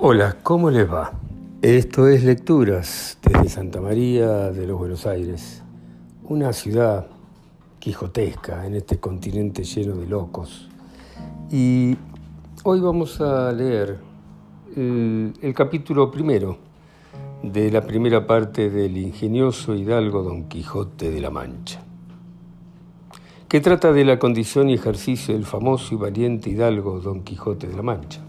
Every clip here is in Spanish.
Hola, ¿cómo les va? Esto es Lecturas desde Santa María de los Buenos Aires, una ciudad quijotesca en este continente lleno de locos. Y hoy vamos a leer el capítulo primero de la primera parte del ingenioso hidalgo Don Quijote de la Mancha, que trata de la condición y ejercicio del famoso y valiente hidalgo Don Quijote de la Mancha.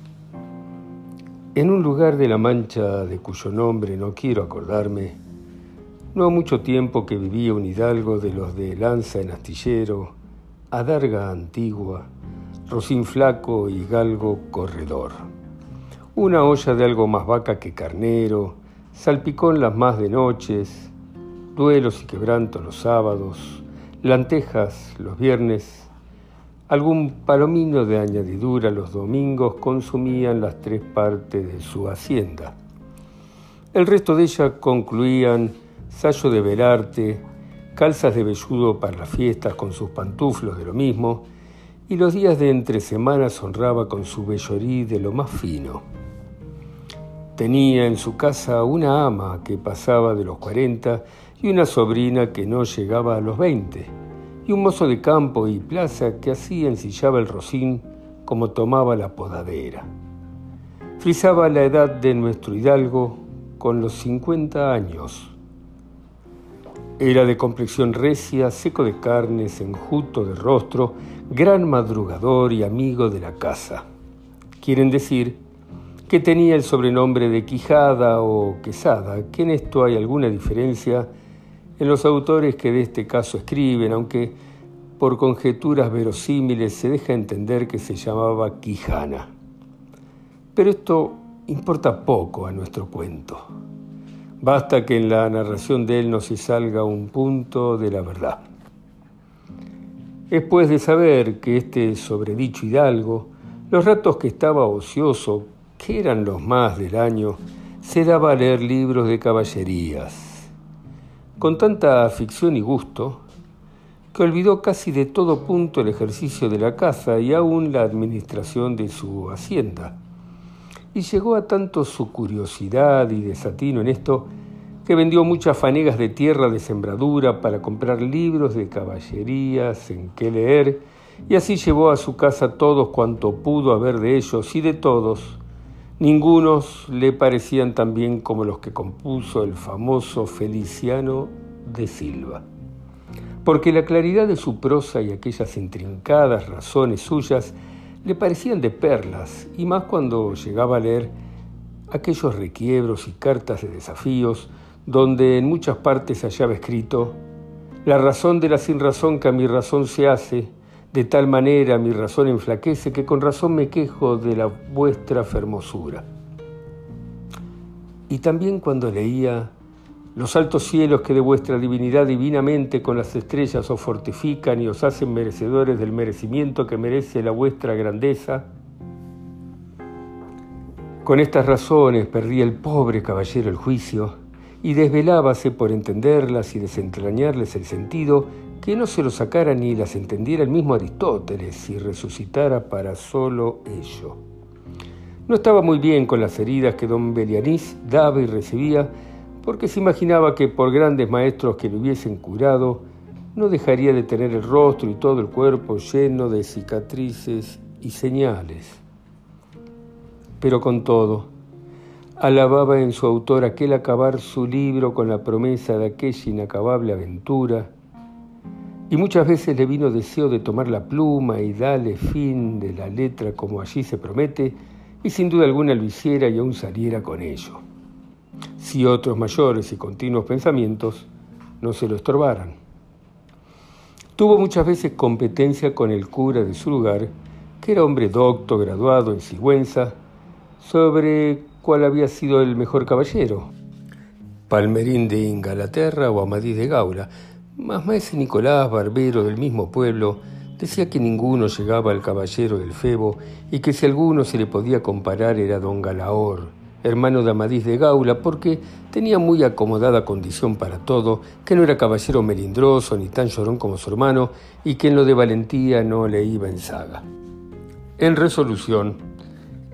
En un lugar de la Mancha de cuyo nombre no quiero acordarme, no ha mucho tiempo que vivía un hidalgo de los de lanza en astillero, adarga antigua, rocín flaco y galgo corredor. Una olla de algo más vaca que carnero, salpicón las más de noches, duelos y quebrantos los sábados, lantejas los viernes, algún palomino de añadidura los domingos consumían las 3 partes de su hacienda. El resto de ella concluían sayo de velarte, calzas de velludo para las fiestas con sus pantuflos de lo mismo, y los días de entre semanas honraba con su vellorí de lo más fino. Tenía en su casa una ama que pasaba de los 40 y una sobrina que no llegaba a los 20, y un mozo de campo y plaza que así ensillaba el rocín como tomaba la podadera. Frisaba la edad de nuestro hidalgo con los 50 años. Era de complexión recia, seco de carnes, enjuto de rostro, gran madrugador y amigo de la casa. Quieren decir que tenía el sobrenombre de Quijada o Quesada, que en esto hay alguna diferencia en los autores que de este caso escriben, aunque por conjeturas verosímiles se deja entender que se llamaba Quijana. Pero esto importa poco a nuestro cuento. Basta que en la narración de él no se salga un punto de la verdad. Es pues de saber que este sobredicho hidalgo, los ratos que estaba ocioso, que eran los más del año, se daba a leer libros de caballerías, con tanta afición y gusto, que olvidó casi de todo punto el ejercicio de la caza y aún la administración de su hacienda. Y llegó a tanto su curiosidad y desatino en esto, que vendió muchas fanegas de tierra de sembradura para comprar libros de caballerías en que leer, y así llevó a su casa todos cuanto pudo haber de ellos, y de todos ningunos le parecían tan bien como los que compuso el famoso Feliciano de Silva, porque la claridad de su prosa y aquellas intrincadas razones suyas le parecían de perlas, y más cuando llegaba a leer aquellos requiebros y cartas de desafíos, donde en muchas partes hallaba escrito: la razón de la sinrazón que a mi razón se hace, de tal manera mi razón enflaquece que con razón me quejo de la vuestra fermosura. Y también cuando leía: los altos cielos que de vuestra divinidad divinamente con las estrellas os fortifican y os hacen merecedores del merecimiento que merece la vuestra grandeza. Con estas razones perdía el pobre caballero el juicio y desvelábase por entenderlas y desentrañarles el sentido, que no se lo sacara ni las entendiera el mismo Aristóteles y resucitara para solo ello. No estaba muy bien con las heridas que don Belianís daba y recibía, porque se imaginaba que por grandes maestros que le hubiesen curado, no dejaría de tener el rostro y todo el cuerpo lleno de cicatrices y señales. Pero con todo, alababa en su autor aquel acabar su libro con la promesa de aquella inacabable aventura, y muchas veces le vino deseo de tomar la pluma y darle fin de la letra como allí se promete, y sin duda alguna lo hiciera y aún saliera con ello, si otros mayores y continuos pensamientos no se lo estorbaran. Tuvo muchas veces competencia con el cura de su lugar, que era hombre docto, graduado en Sigüenza, sobre cuál había sido el mejor caballero, Palmerín de Ingalaterra o Amadís de Gaula, mas maese Nicolás, barbero del mismo pueblo, decía que ninguno llegaba al caballero del Febo y que si alguno se le podía comparar era don Galaor, hermano de Amadís de Gaula, porque tenía muy acomodada condición para todo, que no era caballero melindroso ni tan llorón como su hermano, y que en lo de valentía no le iba en saga. En resolución,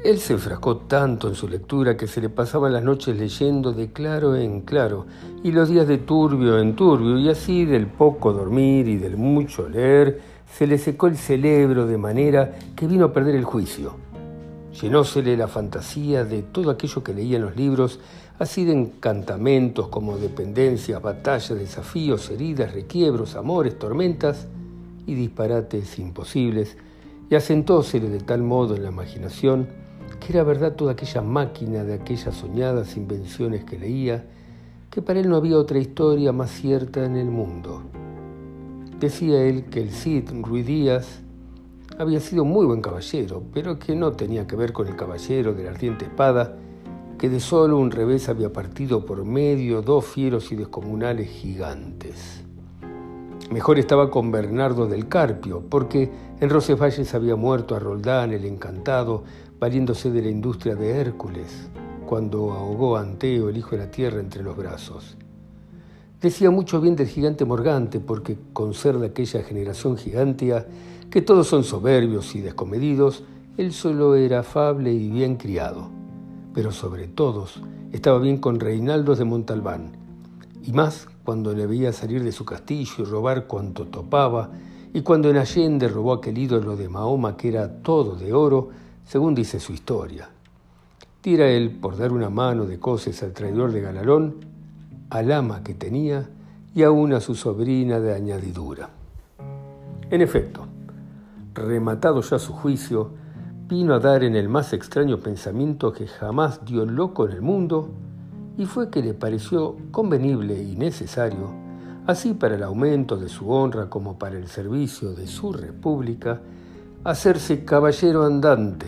Él se enfrascó tanto en su lectura que se le pasaban las noches leyendo de claro en claro y los días de turbio en turbio, y así del poco dormir y del mucho leer se le secó el cerebro de manera que vino a perder el juicio. Llenósele la fantasía de todo aquello que leía en los libros, así de encantamentos como dependencias, batallas, desafíos, heridas, requiebros, amores, tormentas y disparates imposibles, y asentósele de tal modo en la imaginación que era verdad toda aquella máquina de aquellas soñadas invenciones que leía, que para él no había otra historia más cierta en el mundo. Decía él que el Cid Ruy Díaz había sido muy buen caballero, pero que no tenía que ver con el caballero de la ardiente espada, que de solo un revés había partido por medio 2 fieros y descomunales gigantes. Mejor estaba con Bernardo del Carpio, porque en Roncesvalles había muerto a Roldán el encantado, valiéndose de la industria de Hércules, cuando ahogó a Anteo, el hijo de la tierra, entre los brazos. Decía mucho bien del gigante Morgante, porque con ser de aquella generación gigantea, que todos son soberbios y descomedidos, él solo era afable y bien criado. Pero sobre todos estaba bien con Reinaldos de Montalbán, y más cuando le veía salir de su castillo y robar cuanto topaba, y cuando en Allende robó aquel ídolo de Mahoma que era todo de oro, según dice su historia. Diera él por dar una mano de coces al traidor de Galalón, al ama que tenía y aún a su sobrina de añadidura. En efecto, rematado ya su juicio, vino a dar en el más extraño pensamiento que jamás dio loco en el mundo, y fue que le pareció convenible y necesario, así para el aumento de su honra como para el servicio de su república, hacerse caballero andante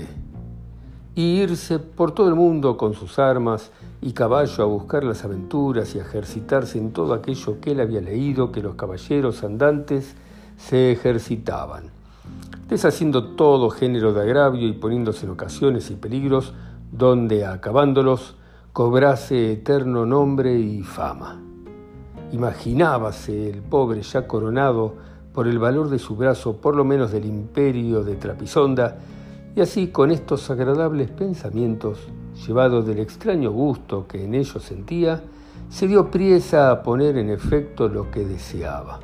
y irse por todo el mundo con sus armas y caballo a buscar las aventuras y a ejercitarse en todo aquello que él había leído que los caballeros andantes se ejercitaban, deshaciendo todo género de agravio y poniéndose en ocasiones y peligros donde, acabándolos, cobrase eterno nombre y fama. Imaginábase el pobre ya coronado por el valor de su brazo, por lo menos del imperio de Trapisonda, y así con estos agradables pensamientos, llevado del extraño gusto que en ellos sentía, se dio priesa a poner en efecto lo que deseaba.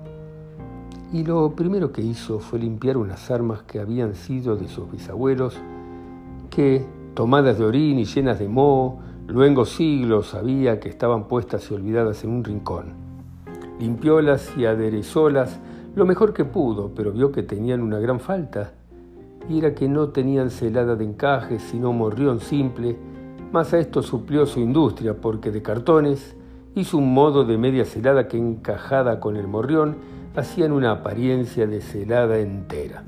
Y lo primero que hizo fue limpiar unas armas que habían sido de sus bisabuelos, que, tomadas de orín y llenas de moho, luengos siglos había que estaban puestas y olvidadas en un rincón. Limpiólas y aderezólas lo mejor que pudo, pero vio que tenían una gran falta, y era que no tenían celada de encaje, sino morrión simple, mas a esto suplió su industria, porque de cartones hizo un modo de media celada que, encajada con el morrión, hacían una apariencia de celada entera.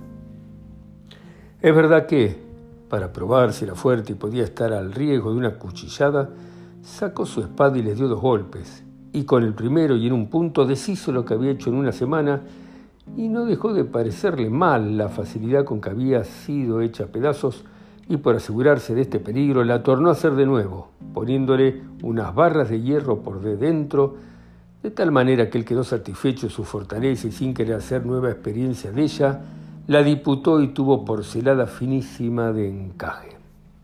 Es verdad que, para probar si era fuerte y podía estar al riesgo de una cuchillada, sacó su espada y les dio 2 golpes, y con el primero y en un punto deshizo lo que había hecho en una semana, y no dejó de parecerle mal la facilidad con que había sido hecha a pedazos, y por asegurarse de este peligro la tornó a hacer de nuevo, poniéndole unas barras de hierro por de dentro, de tal manera que él quedó satisfecho de su fortaleza y sin querer hacer nueva experiencia de ella, la diputó y tuvo por celada finísima de encaje.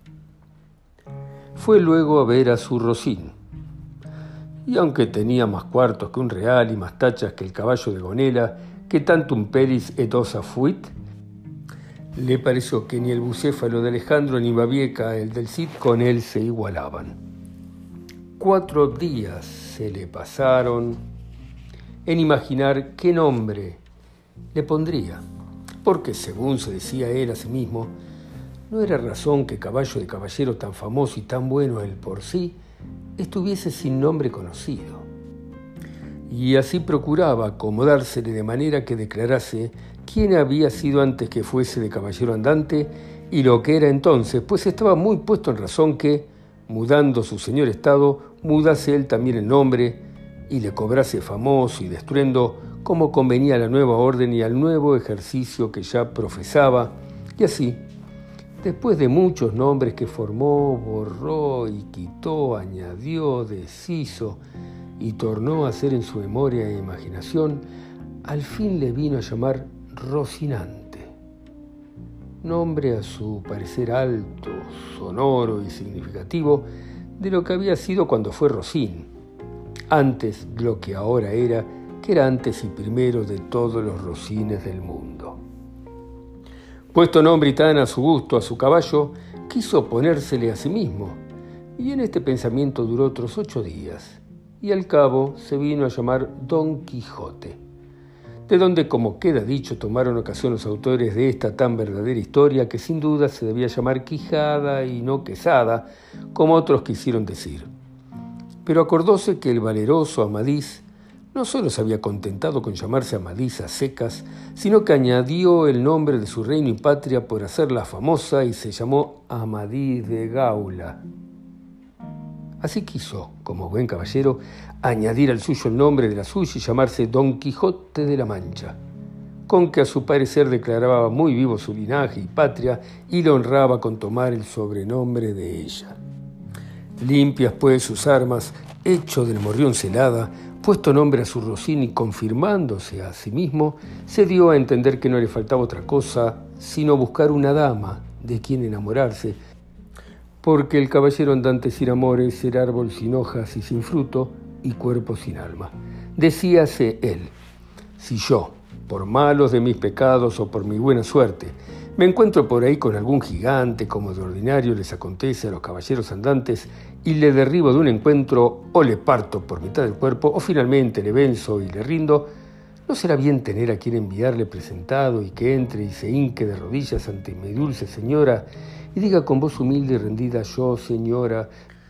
Fue luego a ver a su Rocín, y aunque tenía más cuartos que un real y más tachas que el caballo de Gonela, que tantum peris et osa fuit, le pareció que ni el bucéfalo de Alejandro ni Babieca, el del Cid, con él se igualaban. 4 días se le pasaron en imaginar qué nombre le pondría, porque según se decía él a sí mismo, no era razón que caballo de caballero tan famoso y tan bueno él por sí estuviese sin nombre conocido. Y así procuraba acomodársele de manera que declarase quién había sido antes que fuese de caballero andante y lo que era entonces, pues estaba muy puesto en razón que, mudando su señor estado, mudase él también el nombre y le cobrase famoso y de estruendo como convenía a la nueva orden y al nuevo ejercicio que ya profesaba, y así, después de muchos nombres que formó, borró y quitó, añadió, deshizo y tornó a hacer en su memoria e imaginación, al fin le vino a llamar Rocinante. nombre a su parecer alto, sonoro y significativo de lo que había sido cuando fue Rosín, antes de lo que ahora era, que era antes y primero de todos los Rosines del mundo. Puesto nombre y tan a su gusto a su caballo, quiso ponérsele a sí mismo, y en este pensamiento duró otros 8 días, y al cabo se vino a llamar Don Quijote, de donde, como queda dicho, tomaron ocasión los autores de esta tan verdadera historia, que sin duda se debía llamar Quijada y no Quesada, como otros quisieron decir. Pero acordóse que el valeroso Amadís no solo se había contentado con llamarse Amadís a secas, sino que añadió el nombre de su reino y patria por hacerla famosa y se llamó Amadís de Gaula. Así quiso, como buen caballero, añadir al suyo el nombre de la suya y llamarse Don Quijote de la Mancha, con que a su parecer declaraba muy vivo su linaje y patria y le honraba con tomar el sobrenombre de ella. Limpias pues sus armas, hecho del morrión celada, puesto nombre a su Rosín y confirmándose a sí mismo, se dio a entender que no le faltaba otra cosa sino buscar una dama de quien enamorarse, porque el caballero andante sin amores era árbol sin hojas y sin fruto y cuerpo sin alma. Decíase él: si yo, por malos de mis pecados o por mi buena suerte, me encuentro por ahí con algún gigante, como de ordinario les acontece a los caballeros andantes, y le derribo de un encuentro, o le parto por mitad del cuerpo, o finalmente le venzo y le rindo, ¿no será bien tener a quien enviarle presentado y que entre y se hinque de rodillas ante mi dulce señora y diga con voz humilde y rendida: yo, señora,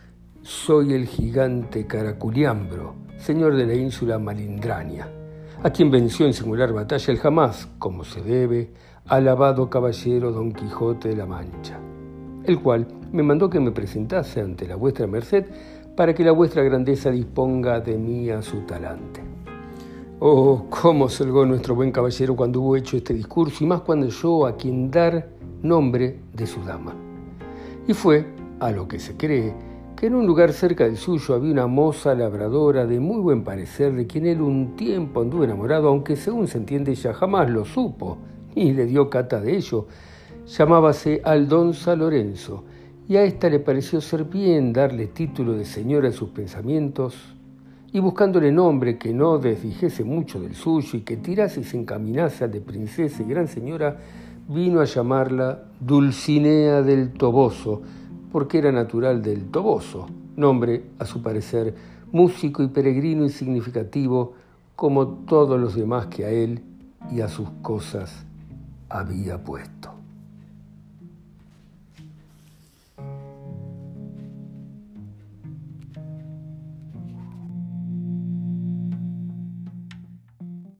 soy el gigante Caraculiambro, señor de la ínsula Malindrania, a quien venció en singular batalla el jamás, como se debe, alabado caballero Don Quijote de la Mancha, el cual me mandó que me presentase ante la vuestra merced para que la vuestra grandeza disponga de mí a su talante. Oh, cómo se holgó nuestro buen caballero cuando hubo hecho este discurso, y más cuando halló a quien dar nombre de su dama. Y fue, a lo que se cree, que en un lugar cerca del suyo había una moza labradora de muy buen parecer, de quien él un tiempo anduvo enamorado, aunque según se entiende ella jamás lo supo, y le dio cata de ello. Llamábase Aldonza Lorenzo, y a ésta le pareció ser bien darle título de señora en sus pensamientos, y buscándole nombre que no desdijese mucho del suyo y que tirase y se encaminase al de princesa y gran señora, vino a llamarla Dulcinea del Toboso, porque era natural del Toboso, nombre, a su parecer, músico y peregrino y significativo, como todos los demás que a él y a sus cosas había puesto.